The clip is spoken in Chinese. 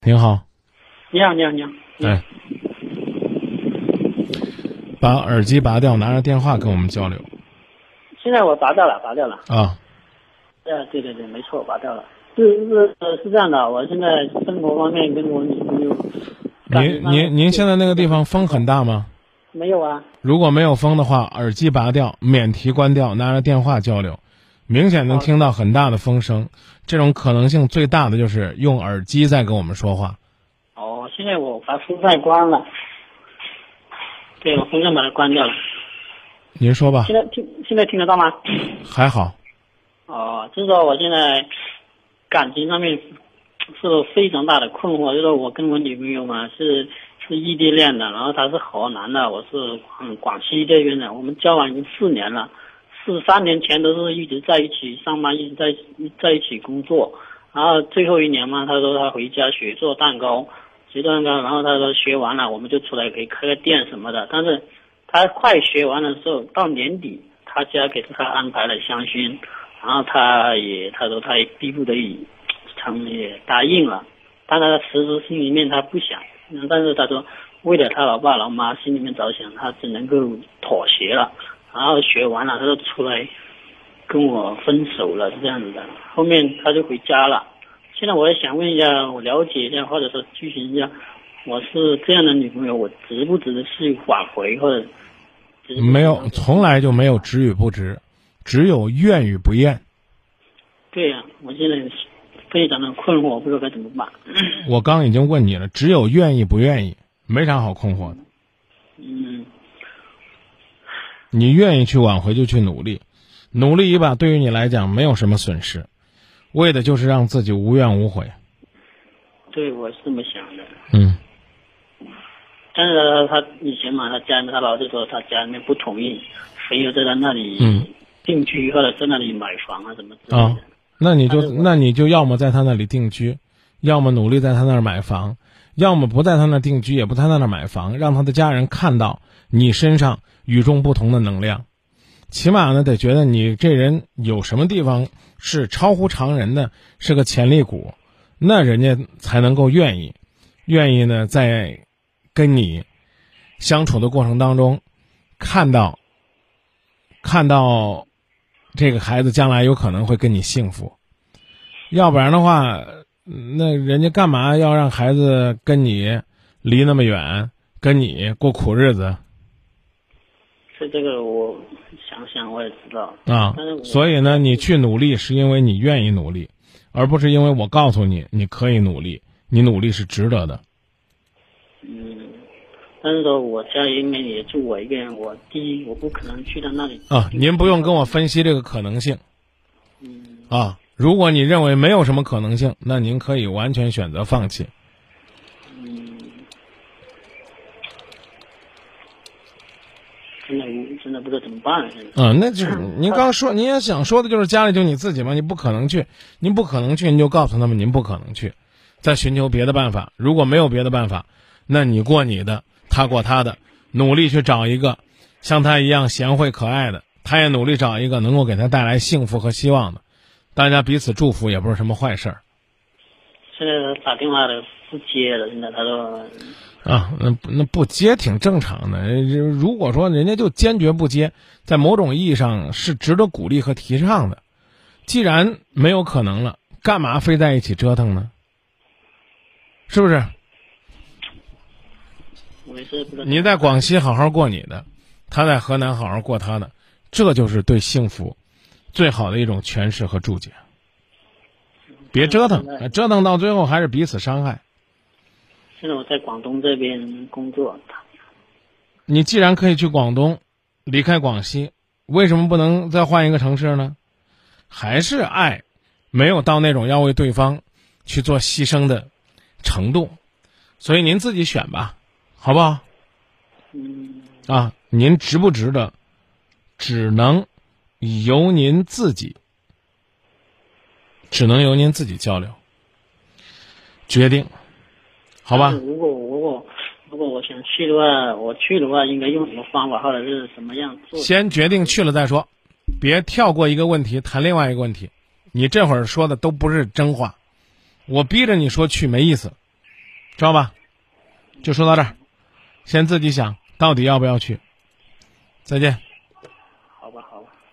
您好。 你好，你好，你好。 哎，把耳机拔掉，拿着电话跟我们交流。 现在我拔掉了啊。 对，没错，拔掉了。是这样的，我现在生活方面跟我女朋友。 您现在那个地方风很大吗？ 没有啊。 如果没有风的话，耳机拔掉，免提关掉，拿着电话交流，明显能听到很大的风声。这种可能性最大的就是用耳机在跟我们说话。 哦，现在我把风扇关了。对，我风扇把它关掉了。 您说吧。 现在听得到吗？ 还好。 哦，就是说我现在感情上面是非常大的困惑，就是我跟我女朋友嘛是异地恋的，然后她是河南的，我是广西这边的，我们交往已经4年了，3年前都是一直在一起上班，一直在一起工作，然后最后1年嘛，她说她回家学做蛋糕，然后她说学完了我们就出来可以开个店什么的，但是她快学完的时候，到年底她家给她安排了香薰，然后她说她也逼不得已，也答应了，但她实质心里面她不想，但是她说为了她老爸老妈心里面着想，她只能够妥协了，然后学完了她就出来跟我分手了，是这样子的，后面她就回家了。现在我也想问一下，我了解一下，或者说咨询一下，我是这样的女朋友，我值不值得去挽回，或者没有，从来就没有值与不值，只有愿与不愿。 对呀，我现在非常的困惑，我不知道该怎么办。 我刚已经问你了，只有愿意不愿意，没啥好困惑的。你愿意去挽回就去努力，努力一把对于你来讲没有什么损失，为的就是让自己无怨无悔。 对，我是这么想的。但是他以前嘛，他家里面他老是说他家里面不同意，非要在他那里定居，或者在那里买房啊什么之类的。 那你就要么在他那里定居，要么努力在他那儿买房，要么不在他那儿定居，也不在他那儿买房，让他的家人看到你身上与众不同的能量。起码呢，得觉得你这人有什么地方是超乎常人的，是个潜力股，那人家才能够愿意呢，在跟你相处的过程当中，看到这个孩子将来有可能会跟你幸福。要不然的话，那人家干嘛要让孩子跟你离那么远，跟你过苦日子？ 是这个我想我也知道啊，所以呢，你去努力是因为你愿意努力，而不是因为我告诉你你可以努力，你努力是值得的。 但是说我家里面也就我一个人，第一我不可能去到那里啊。您不用跟我分析这个可能性。如果你认为没有什么可能性，那您可以完全选择放弃。 真的不知道怎么办。 那就是您刚说，您也想说的就是家里就你自己嘛，你不可能去，您就告诉他们您不可能去，再寻求别的办法。如果没有别的办法，那你过你的，他过他的，努力去找一个像他一样贤惠可爱的，他也努力找一个能够给他带来幸福和希望的，大家彼此祝福也不是什么坏事儿。 现在打电话的不接了，现在他说那不接挺正常的。如果说人家就坚决不接，在某种意义上是值得鼓励和提倡的。既然没有可能了，干嘛非在一起折腾呢？是不是？你在广西好好过你的，他在河南好好过他的，这就是对幸福最好的一种诠释和注解。别折腾，折腾到最后还是彼此伤害。 现在我在广东这边工作。 你既然可以去广东，离开广西，为什么不能再换一个城市呢？还是爱没有到那种要为对方去做牺牲的程度，所以您自己选吧，好不好？您值不值得，只能由您自己交流决定，好吧？ 如果我想去的话，应该用什么方法，或者是什么样做？ 先决定去了再说，别跳过一个问题谈另外一个问题。你这会儿说的都不是真话，我逼着你说去没意思， 知道吧？就说到这儿，先自己想到底要不要去。再见。 好吧，好吧。